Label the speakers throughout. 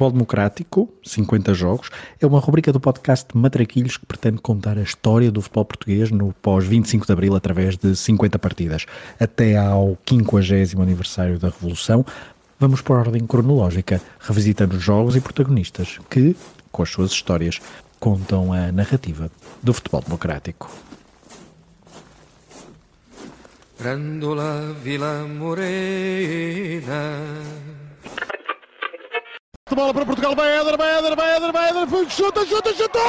Speaker 1: Futebol Democrático, 50 jogos, é uma rubrica do podcast Matraquilhos que pretende contar a história do futebol português no pós-25 de Abril através de 50 partidas. Até ao 50º aniversário da Revolução, vamos por ordem cronológica, revisitando jogos e protagonistas que, com as suas histórias, contam a narrativa do futebol democrático.
Speaker 2: Grândola Vila Morena.
Speaker 3: Bola para Portugal, vai Éder, chuta! Gol!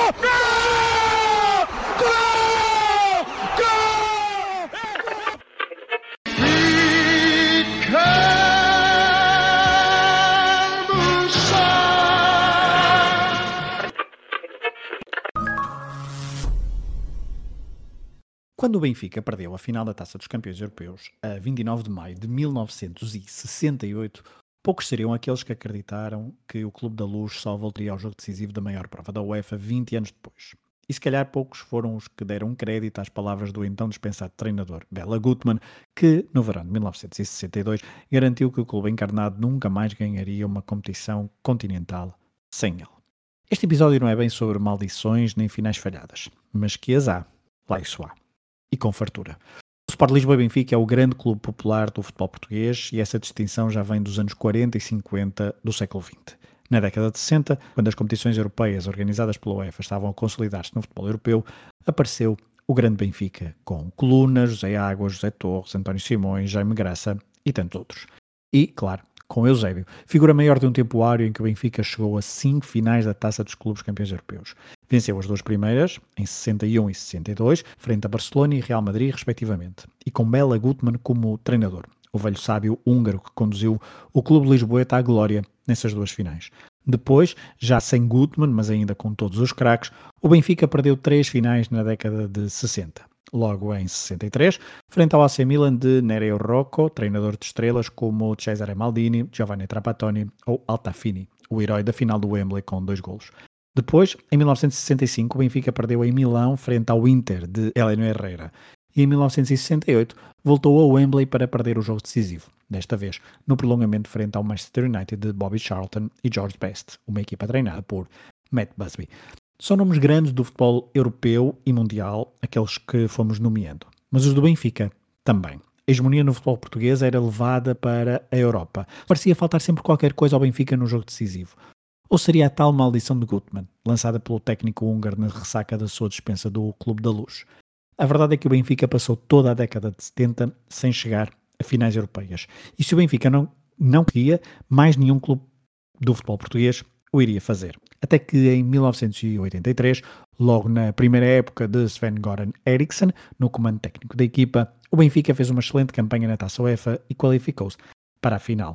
Speaker 1: Quando o Benfica perdeu a final da Taça dos Campeões Europeus, a 29 de maio de 1968, poucos seriam aqueles que acreditaram que o Clube da Luz só voltaria ao jogo decisivo da maior prova da UEFA 20 anos depois. E se calhar poucos foram os que deram crédito às palavras do então dispensado treinador Bela Gutmann, que, no verão de 1962, garantiu que o clube encarnado nunca mais ganharia uma competição continental sem ele. Este episódio não é bem sobre maldições nem finais falhadas, mas que as há, lá isso há. E com fartura. O Sport Lisboa e Benfica é o grande clube popular do futebol português e essa distinção já vem dos anos 40 e 50 do século XX. Na década de 60, quando as competições europeias organizadas pela UEFA estavam a consolidar-se no futebol europeu, apareceu o grande Benfica, com Coluna, José Águas, José Torres, António Simões, Jaime Graça e tantos outros. E, claro, com Eusébio, figura maior de um temporário em que o Benfica chegou a 5 finais da Taça dos Clubes Campeões Europeus. Venceu as duas primeiras, em 61 e 62, frente a Barcelona e Real Madrid, respectivamente, e com Bela Gutmann como treinador, o velho sábio húngaro que conduziu o clube lisboeta à glória nessas duas finais. Depois, já sem Gutmann, mas ainda com todos os craques, o Benfica perdeu 3 finais na década de 60. Logo em 63, frente ao AC Milan de Nereo Rocco, treinador de estrelas como Cesare Maldini, Giovanni Trapattoni ou Altafini, o herói da final do Wembley com 2 golos. Depois, em 1965, o Benfica perdeu em Milão frente ao Inter de Heleno Herrera. E em 1968, voltou ao Wembley para perder o jogo decisivo, desta vez no prolongamento frente ao Manchester United de Bobby Charlton e George Best, uma equipa treinada por Matt Busby. São nomes grandes do futebol europeu e mundial, aqueles que fomos nomeando. Mas os do Benfica também. A hegemonia no futebol português era levada para a Europa. Parecia faltar sempre qualquer coisa ao Benfica no jogo decisivo. Ou seria a tal maldição de Gutmann, lançada pelo técnico húngaro na ressaca da sua dispensa do Clube da Luz? A verdade é que o Benfica passou toda a década de 70 sem chegar a finais europeias. E se o Benfica não queria, mais nenhum clube do futebol português o iria fazer. Até que em 1983, logo na primeira época de Sven-Göran Eriksson, no comando técnico da equipa, o Benfica fez uma excelente campanha na Taça UEFA e qualificou-se para a final.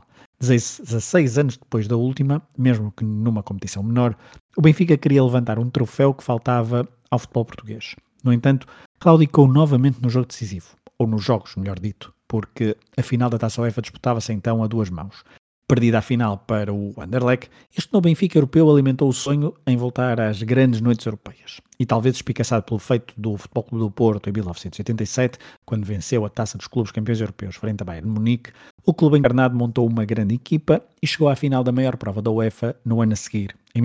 Speaker 1: 16 anos depois da última, mesmo que numa competição menor, o Benfica queria levantar um troféu que faltava ao futebol português. No entanto, claudicou novamente no jogo decisivo, ou nos jogos, melhor dito, porque a final da Taça UEFA disputava-se então a 2 mãos. Perdida a final para o Anderlecht, este novo Benfica europeu alimentou o sonho em voltar às grandes noites europeias. E talvez espicaçado pelo feito do Futebol Clube do Porto em 1987, quando venceu a Taça dos Clubes Campeões Europeus frente a Bayern de Munique, o clube encarnado montou uma grande equipa e chegou à final da maior prova da UEFA no ano a seguir, em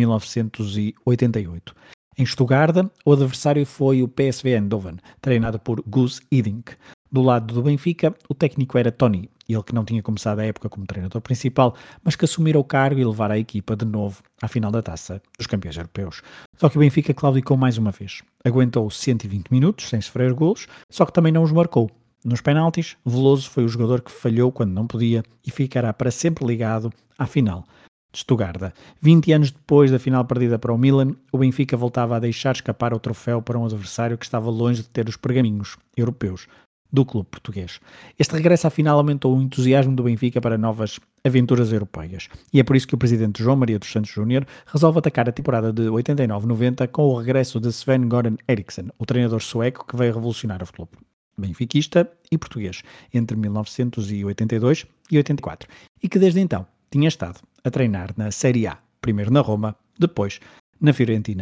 Speaker 1: 1988. Em Stuttgart, o adversário foi o PSV Eindhoven, treinado por Guus Hiddink. Do lado do Benfica, o técnico era Tony, ele que não tinha começado a época como treinador principal, mas que assumira o cargo e levara a equipa de novo à final da Taça dos Campeões Europeus. Só que o Benfica claudicou mais uma vez. Aguentou 120 minutos sem sofrer golos, só que também não os marcou. Nos penaltis, Veloso foi o jogador que falhou quando não podia e ficará para sempre ligado à final de Stuttgart. 20 anos depois da final perdida para o Milan, o Benfica voltava a deixar escapar o troféu para um adversário que estava longe de ter os pergaminhos europeus do clube português. Este regresso à final aumentou o entusiasmo do Benfica para novas aventuras europeias. E é por isso que o presidente João Maria dos Santos Júnior resolve atacar a temporada de 89-90 com o regresso de Sven-Göran Eriksson, o treinador sueco que veio revolucionar o futebol benfiquista e português entre 1982 e 84 e que desde então tinha estado a treinar na Série A, primeiro na Roma, depois na Fiorentina.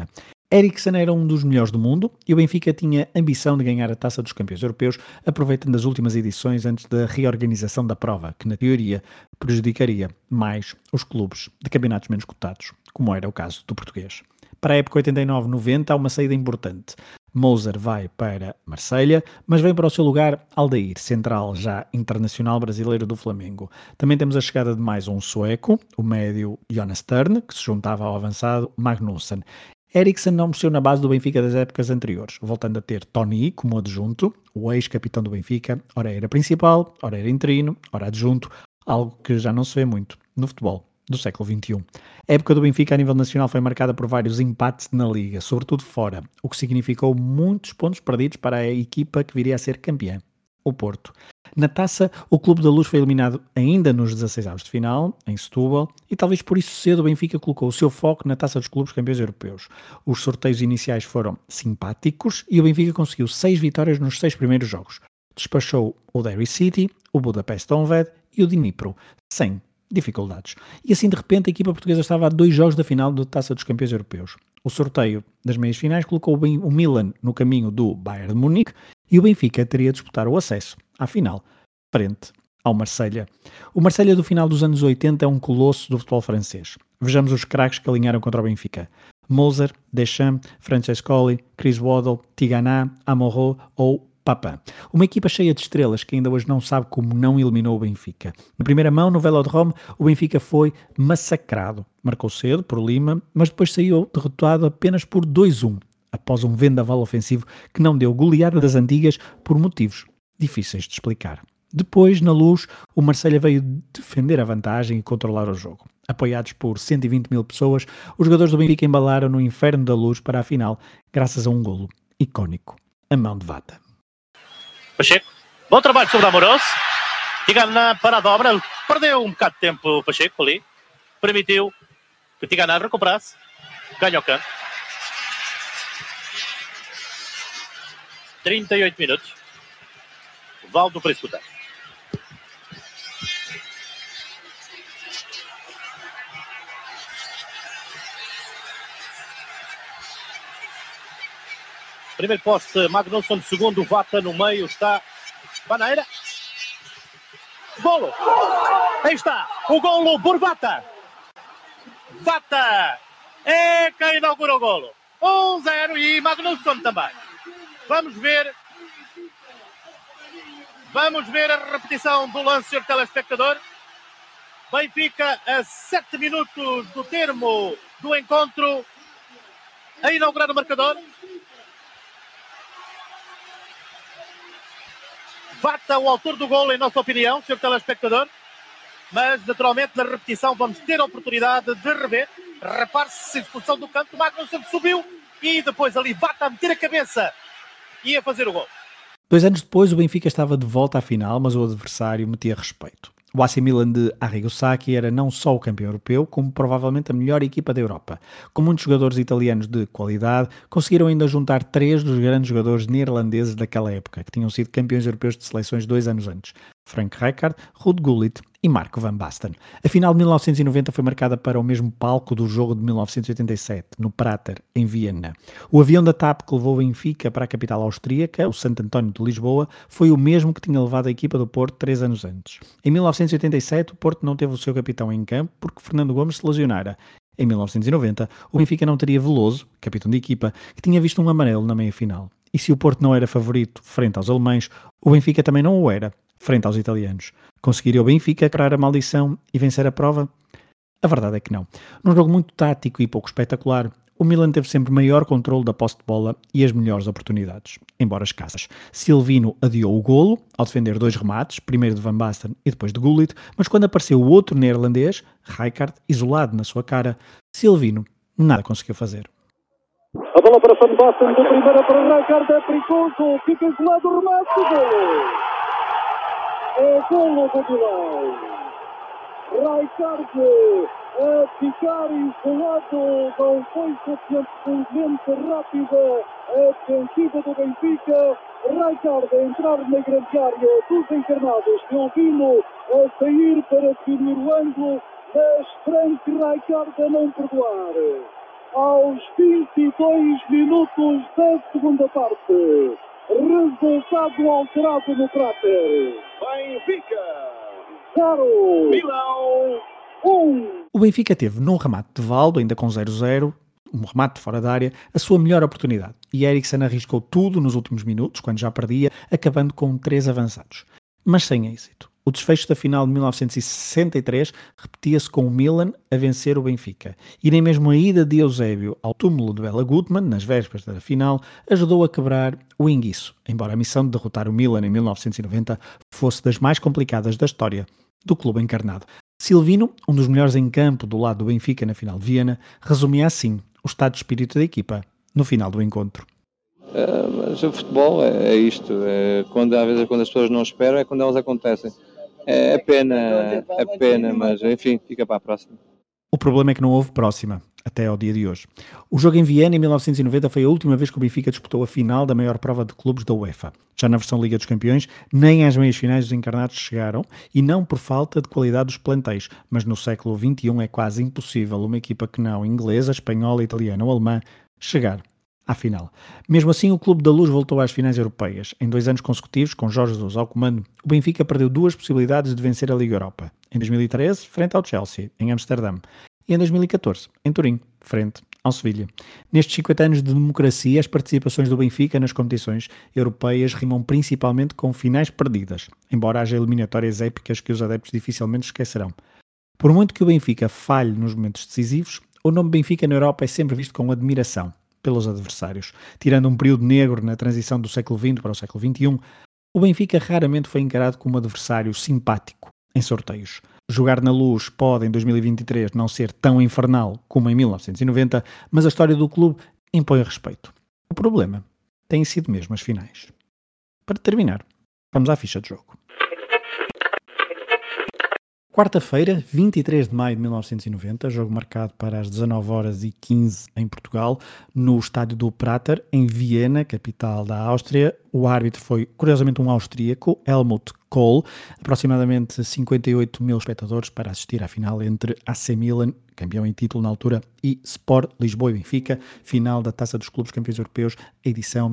Speaker 1: Eriksen era um dos melhores do mundo e o Benfica tinha ambição de ganhar a Taça dos Campeões Europeus, aproveitando as últimas edições antes da reorganização da prova, que na teoria prejudicaria mais os clubes de campeonatos menos cotados, como era o caso do português. Para a época 89-90 há uma saída importante. Moser vai para Marselha, mas vem para o seu lugar Aldair, central já internacional brasileiro do Flamengo. Também temos a chegada de mais um sueco, o médio Jonas Stern, que se juntava ao avançado Magnussen. Eriksen não mexeu na base do Benfica das épocas anteriores, voltando a ter Tony como adjunto, o ex-capitão do Benfica, ora era principal, ora era interino, ora adjunto, algo que já não se vê muito no futebol do século XXI. A época do Benfica a nível nacional foi marcada por vários empates na Liga, sobretudo fora, o que significou muitos pontos perdidos para a equipa que viria a ser campeã, o Porto. Na Taça, o Clube da Luz foi eliminado ainda nos 16avos de final, em Setúbal, e talvez por isso cedo o Benfica colocou o seu foco na Taça dos Clubes Campeões Europeus. Os sorteios iniciais foram simpáticos e o Benfica conseguiu 6 vitórias nos 6 primeiros jogos. Despachou o Derry City, o Budapest Honved e o Dnipro, sem dificuldades. E assim, de repente, a equipa portuguesa estava a 2 jogos da final da Taça dos Campeões Europeus. O sorteio das meias finais colocou o Milan no caminho do Bayern de Munique e o Benfica teria de disputar o acesso à final, frente ao Marselha. O Marselha do final dos anos 80 é um colosso do futebol francês. Vejamos os craques que alinharam contra o Benfica. Moser, Deschamps, Francescoli, Chris Waddle, Tigana, Amorot ou Papin. Uma equipa cheia de estrelas que ainda hoje não sabe como não eliminou o Benfica. Na primeira mão, no Velodrome, o Benfica foi massacrado. Marcou cedo por Lima, mas depois saiu derrotado apenas por 2-1, após um vendaval ofensivo que não deu goleada das antigas por motivos difíceis de explicar. Depois, na Luz, o Marselha veio defender a vantagem e controlar o jogo. Apoiados por 120 mil pessoas, os jogadores do Benfica embalaram no inferno da Luz para a final, graças a um golo icónico, a mão de Vata.
Speaker 4: Pacheco, bom trabalho sobre Amoroso, Tigana para a dobra, ele perdeu um bocado de tempo o Pacheco ali, permitiu que Tigana recuperasse, ganha o canto. 38 minutos, Valdo para escutar. Primeiro poste, Magnusson, segundo, Vata no meio, está Paneira. Golo! Aí está, o golo por Vata. Vata é quem inaugura o golo. 1-0 e Magnusson também. Vamos ver a repetição do lance, senhor telespectador. Benfica a 7 minutos do termo do encontro a inaugurar o marcador. Vata, o autor do golo, em nossa opinião, senhor telespectador. Mas, naturalmente, na repetição vamos ter a oportunidade de rever. Repare-se, a expulsão do canto, o Magnusson subiu e depois ali Vata a meter a cabeça e a fazer o golo.
Speaker 1: 2 anos depois, o Benfica estava de volta à final, mas o adversário metia respeito. O AC Milan de Arrigo Sacchi era não só o campeão europeu, como provavelmente a melhor equipa da Europa. Com muitos jogadores italianos de qualidade, conseguiram ainda juntar 3 dos grandes jogadores neerlandeses daquela época, que tinham sido campeões europeus de seleções 2 anos antes. Frank Rijkaard, Ruud Gullit e Marco van Basten. A final de 1990 foi marcada para o mesmo palco do jogo de 1987, no Prater, em Viena. O avião da TAP que levou o Benfica para a capital austríaca, o Santo António de Lisboa, foi o mesmo que tinha levado a equipa do Porto 3 anos antes. Em 1987, o Porto não teve o seu capitão em campo porque Fernando Gomes se lesionara. Em 1990, o Benfica não teria Veloso, capitão de equipa, que tinha visto um amarelo na meia-final. E se o Porto não era favorito frente aos alemães, o Benfica também não o era frente aos italianos. Conseguiria o Benfica quebrar a maldição e vencer a prova? A verdade é que não. Num jogo muito tático e pouco espetacular, o Milan teve sempre maior controle da posse de bola e as melhores oportunidades, embora escassas. Silvino adiou o golo ao defender 2 remates, primeiro de Van Basten e depois de Gullit, mas quando apareceu o outro neerlandês, Rijkaard, isolado na sua cara, Silvino nada conseguiu fazer.
Speaker 5: A bola para Van Basten, de primeira para Rijkaard, é perigoso, fica isolado o remate, golo! É golo do Milan. Rijkaard a ficar isolado, não foi suficientemente rápida a defensiva do Benfica. Rijkaard a entrar na grande área dos encarnados, Silvino a sair para definir o ângulo, mas Frank Rijkaard a não perdoar. aos 22 minutos da segunda parte. Resultado alterado no cráter. Benfica 0, Milão 1.
Speaker 1: O Benfica teve num remate de Valdo, ainda com 0-0, um remate de fora da área, a sua melhor oportunidade. E Eriksen arriscou tudo nos últimos minutos, quando já perdia, acabando com 3 avançados. Mas sem êxito. O desfecho da final de 1963 repetia-se com o Milan a vencer o Benfica. E nem mesmo a ida de Eusébio ao túmulo de Bela Gutmann, nas vésperas da final, ajudou a quebrar o inguiço, embora a missão de derrotar o Milan em 1990 fosse das mais complicadas da história do clube encarnado. Silvino, um dos melhores em campo do lado do Benfica na final de Viena, resumia assim o estado de espírito da equipa no final do encontro.
Speaker 6: Mas o futebol é isto, às vezes quando as pessoas não esperam é quando elas acontecem. É pena, mas enfim, fica para a próxima.
Speaker 1: O problema é que não houve próxima, até ao dia de hoje. O jogo em Viena, em 1990, foi a última vez que o Benfica disputou a final da maior prova de clubes da UEFA. Já na versão Liga dos Campeões, nem às meias finais dos encarnados chegaram, e não por falta de qualidade dos plantéis, mas no século XXI é quase impossível uma equipa que não inglesa, espanhola, italiana ou alemã chegar à final. Mesmo assim, o Clube da Luz voltou às finais europeias. Em 2 anos consecutivos, com Jorge Jesus ao comando, o Benfica perdeu 2 possibilidades de vencer a Liga Europa. Em 2013, frente ao Chelsea, em Amsterdão. E em 2014, em Turim, frente ao Sevilha. Nestes 50 anos de democracia, as participações do Benfica nas competições europeias rimam principalmente com finais perdidas, embora haja eliminatórias épicas que os adeptos dificilmente esquecerão. Por muito que o Benfica falhe nos momentos decisivos, o nome Benfica na Europa é sempre visto com admiração pelos adversários. Tirando um período negro na transição do século XX para o século XXI, o Benfica raramente foi encarado como um adversário simpático em sorteios. Jogar na Luz pode, em 2023, não ser tão infernal como em 1990, mas a história do clube impõe respeito. O problema tem sido mesmo as finais. Para terminar, vamos à ficha de jogo. Quarta-feira, 23 de maio de 1990, jogo marcado para as 19h15 em Portugal, no estádio do Prater, em Viena, capital da Áustria. O árbitro foi, curiosamente, um austríaco, Helmut Kohl. Aproximadamente 58 mil espectadores para assistir à final entre AC Milan, campeão em título na altura, e Sport Lisboa e Benfica, final da Taça dos Clubes Campeões Europeus, edição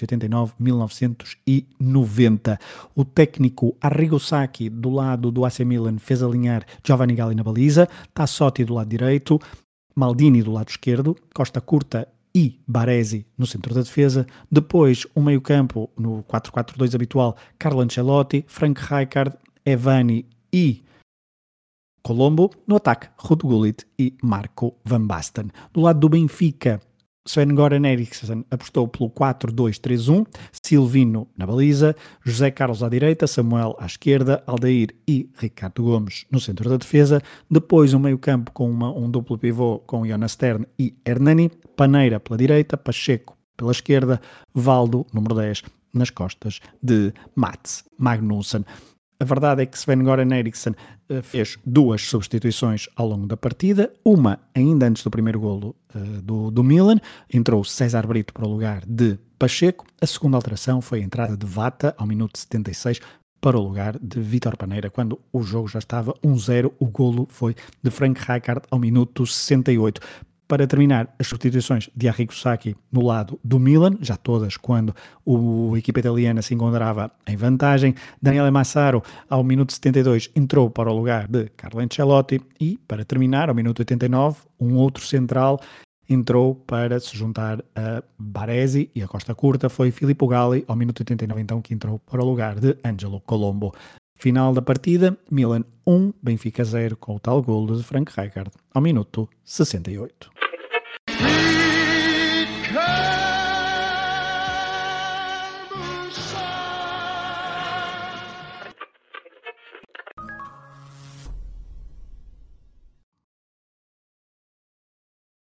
Speaker 1: 1989-1990. O técnico Arrigo Sacchi, do lado do AC Milan, fez alinhar Giovanni Galli na baliza, Tassotti do lado direito, Maldini do lado esquerdo, Costa Curta e Baresi no centro da defesa. Depois, o meio-campo no 4-4-2 habitual, Carlo Ancelotti, Frank Rijkaard, Evani e Colombo. No ataque, Ruud Gullit e Marco van Basten. Do lado do Benfica, Sven-Göran Eriksson apostou pelo 4-2-3-1, Silvino na baliza, José Carlos à direita, Samuel à esquerda, Aldair e Ricardo Gomes no centro da defesa. Depois um meio-campo com um duplo pivô com Jonas Stern e Hernani, Paneira pela direita, Pacheco pela esquerda, Valdo, número 10, nas costas de Mats Magnussen. A verdade é que Sven-Göran Eriksson fez 2 substituições ao longo da partida, uma ainda antes do primeiro golo do Milan, entrou César Brito para o lugar de Pacheco. A segunda alteração foi a entrada de Vata ao minuto 76 para o lugar de Vítor Paneira, quando o jogo já estava 1-0, o golo foi de Frank Rijkaard ao minuto 68. Para terminar, as substituições de Arrigo Sacchi no lado do Milan, já todas quando a equipa italiana se encontrava em vantagem. Daniele Massaro, ao minuto 72, entrou para o lugar de Carlo Ancelotti e, para terminar, ao minuto 89, um outro central entrou para se juntar a Baresi e a Costa Curta. Foi Filippo Galli, ao minuto 89, então, que entrou para o lugar de Angelo Colombo. Final da partida, Milan 1, Benfica 0, com o tal golo de Frank Rijkaard ao minuto 68.